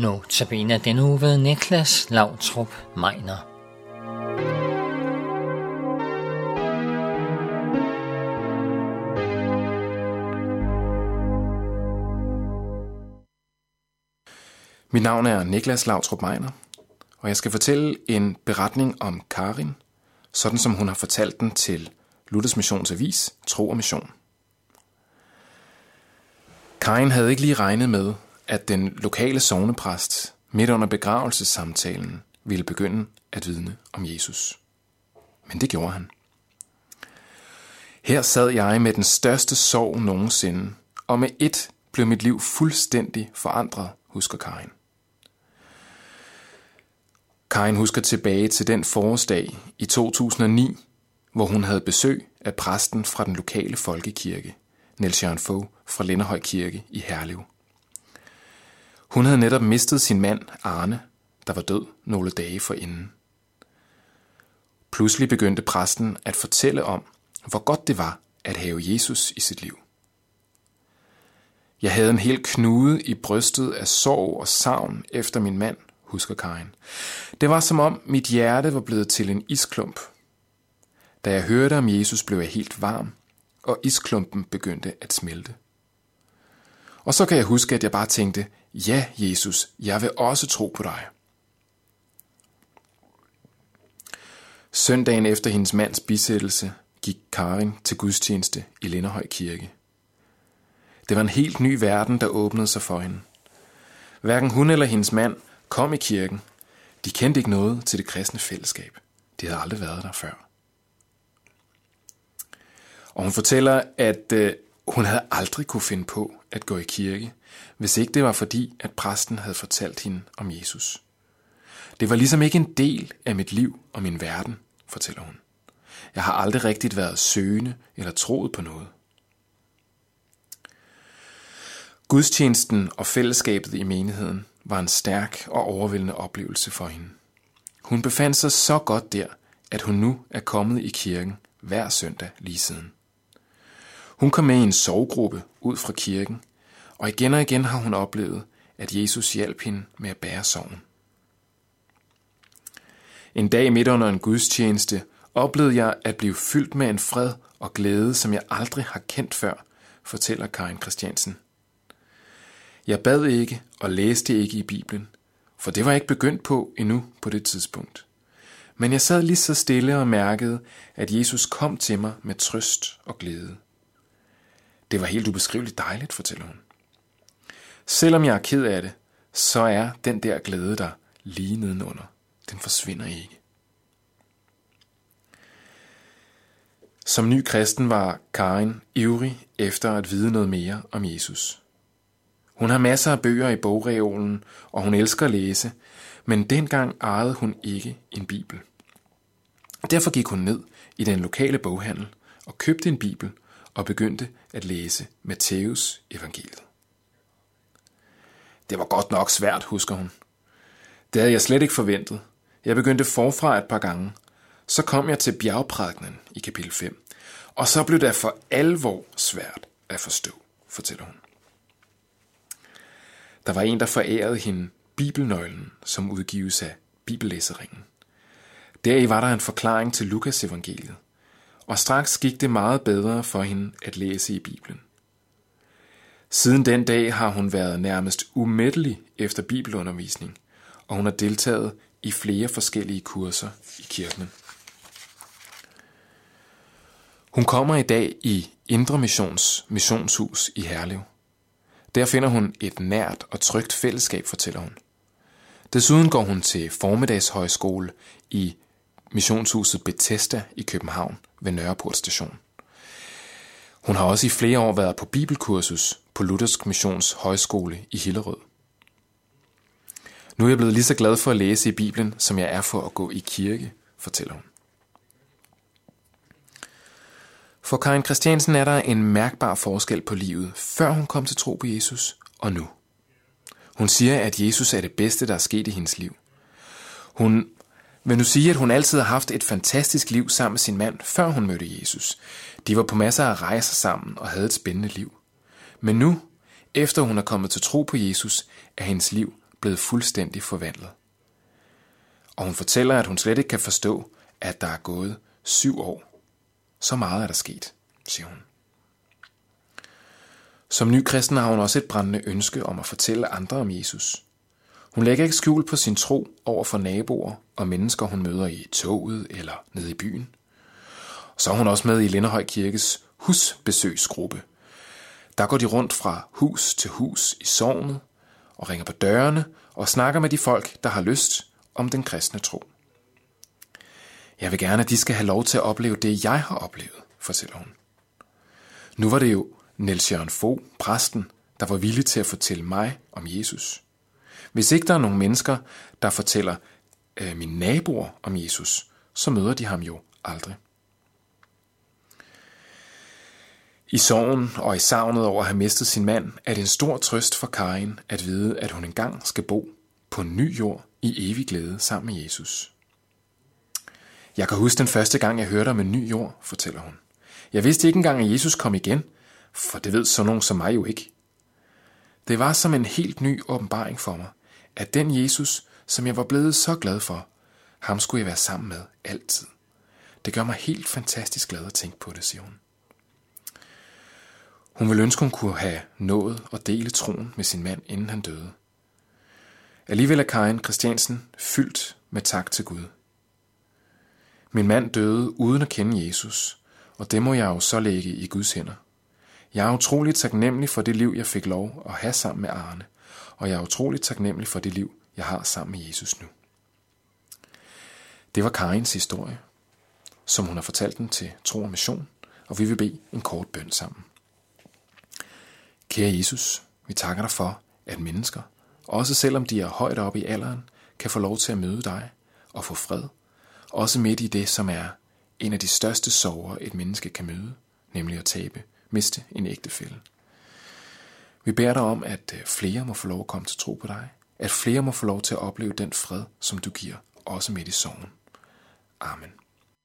Notabene denne uge ved Niklas Lautrup Meiner. Mit navn er Niklas Lautrup Meiner, og jeg skal fortælle en beretning om Karin, sådan som hun har fortalt den til Luthers Missionsavis, Tro og Mission. Karin havde ikke lige regnet med, at den lokale sognepræst midt under begravelsessamtalen ville begynde at vidne om Jesus. Men det gjorde han. Her sad jeg med den største sorg nogensinde, og med ét blev mit liv fuldstændig forandret, husker Karin. Karin husker tilbage til den forårsdag i 2009, hvor hun havde besøg af præsten fra den lokale folkekirke, Niels Jørgen Fogh fra Linderhøj Kirke i Herlev. Hun havde netop mistet sin mand Arne, der var død nogle dage forinden. Pludselig begyndte præsten at fortælle om, hvor godt det var at have Jesus i sit liv. Jeg havde en hel knude i brystet af sorg og savn efter min mand, husker Karin. Det var som om mit hjerte var blevet til en isklump. Da jeg hørte om Jesus, blev jeg helt varm, og isklumpen begyndte at smelte. Og så kan jeg huske, at jeg bare tænkte, ja Jesus, jeg vil også tro på dig. Søndagen efter hendes mands bisættelse gik Karin til gudstjeneste i Linderhøj Kirke. Det var en helt ny verden, der åbnede sig for hende. Hverken hun eller hendes mand kom i kirken. De kendte ikke noget til det kristne fællesskab. De havde aldrig været der før. Og hun fortæller, at hun havde aldrig kunne finde på at gå i kirke, hvis ikke det var fordi, at præsten havde fortalt hende om Jesus. Det var ligesom ikke en del af mit liv og min verden, fortæller hun. Jeg har aldrig rigtigt været søgende eller troet på noget. Gudstjenesten og fællesskabet i menigheden var en stærk og overvældende oplevelse for hende. Hun befandt sig så godt der, at hun nu er kommet i kirken hver søndag lige siden. Hun kom med i en sorggruppe ud fra kirken, og igen har hun oplevet, at Jesus hjalp hende med at bære sorgen. En dag midt under en gudstjeneste oplevede jeg at blive fyldt med en fred og glæde, som jeg aldrig har kendt før, fortæller Karin Christiansen. Jeg bad ikke og læste ikke i Bibelen, for det var jeg ikke begyndt på endnu på det tidspunkt. Men jeg sad lige så stille og mærkede, at Jesus kom til mig med trøst og glæde. Det var helt ubeskriveligt dejligt, fortæller hun. Selvom jeg er ked af det, så er den der glæde der lige nedenunder. Den forsvinder ikke. Som ny kristen var Karin ivrig efter at vide noget mere om Jesus. Hun har masser af bøger i bogreolen, og hun elsker at læse, men dengang ejede hun ikke en bibel. Derfor gik hun ned i den lokale boghandel og købte en bibel og begyndte at læse Matthæus evangeliet. Det var godt nok svært, husker hun. Det havde jeg slet ikke forventet. Jeg begyndte forfra et par gange. Så kom jeg til bjergprædikenen i kapitel 5, og så blev det for alvor svært at forstå, fortæller hun. Der var en, der forærede hende Bibelnøglen, som udgives af Bibellæseringen. Deri var der en forklaring til Lukas evangeliet, og straks gik det meget bedre for hende at læse i Bibelen. Siden den dag har hun været nærmest umættelig efter bibelundervisning, og hun har deltaget i flere forskellige kurser i kirken. Hun kommer i dag i Indre Missions missionshus i Herlev. Der finder hun et nært og trygt fællesskab, fortæller hun. Desuden går hun til formiddagshøjskole i missionshuset Bethesda i København ved Nørreport station. Hun har også i flere år været på bibelkursus på Luthersk Missions Højskole i Hillerød. Nu er jeg blevet lige så glad for at læse i Bibelen, som jeg er for at gå i kirke, fortæller hun. For Karin Christiansen er der en mærkbar forskel på livet, før hun kom til tro på Jesus og nu. Hun siger, at Jesus er det bedste, der er sket i hendes liv. Hun vil nu sige, at hun altid har haft et fantastisk liv sammen med sin mand, før hun mødte Jesus. De var på masser af rejser sammen og havde et spændende liv. Men nu, efter hun er kommet til tro på Jesus, er hendes liv blevet fuldstændig forvandlet. Og hun fortæller, at hun slet ikke kan forstå, at der er gået 7 år. Så meget er der sket, siger hun. Som ny kristen har hun også et brændende ønske om at fortælle andre om Jesus. Hun lægger ikke skjul på sin tro over for naboer og mennesker, hun møder i toget eller nede i byen. Så er hun også med i Linderhøj Kirkes husbesøgsgruppe. Der går de rundt fra hus til hus i sognet og ringer på dørene og snakker med de folk, der har lyst om den kristne tro. Jeg vil gerne, at de skal have lov til at opleve det, jeg har oplevet, fortæller hun. Nu var det jo Niels Jørgen Fogh, præsten, der var villig til at fortælle mig om Jesus. Hvis ikke der er nogen mennesker, der fortæller mine naboer om Jesus, så møder de ham jo aldrig. I sorgen og i savnet over at have mistet sin mand, er det en stor trøst for Karin at vide, at hun engang skal bo på en ny jord i evig glæde sammen med Jesus. Jeg kan huske den første gang, jeg hørte om en ny jord, fortæller hun. Jeg vidste ikke engang, at Jesus kom igen, for det ved sådan nogen som mig jo ikke. Det var som en helt ny åbenbaring for mig, at den Jesus, som jeg var blevet så glad for, ham skulle jeg være sammen med altid. Det gør mig helt fantastisk glad at tænke på det, siger hun. Hun ville ønske, hun kunne have nået at dele troen med sin mand, inden han døde. Alligevel er Karin Christiansen fyldt med tak til Gud. Min mand døde uden at kende Jesus, og det må jeg jo så lægge i Guds hænder. Jeg er utroligt taknemmelig for det liv, jeg fik lov at have sammen med Arne, og jeg er utroligt taknemmelig for det liv, jeg har sammen med Jesus nu. Det var Karins historie, som hun har fortalt den til Tro og Mission, og vi vil bede en kort bøn sammen. Kære Jesus, vi takker dig for, at mennesker, også selvom de er højt oppe i alderen, kan få lov til at møde dig og få fred, også midt i det, som er en af de største sorger, et menneske kan møde, nemlig at miste en ægtefælle. Vi beder dig om, at flere må få lov at komme til tro på dig, at flere må få lov til at opleve den fred, som du giver, også midt i sorgen. Amen.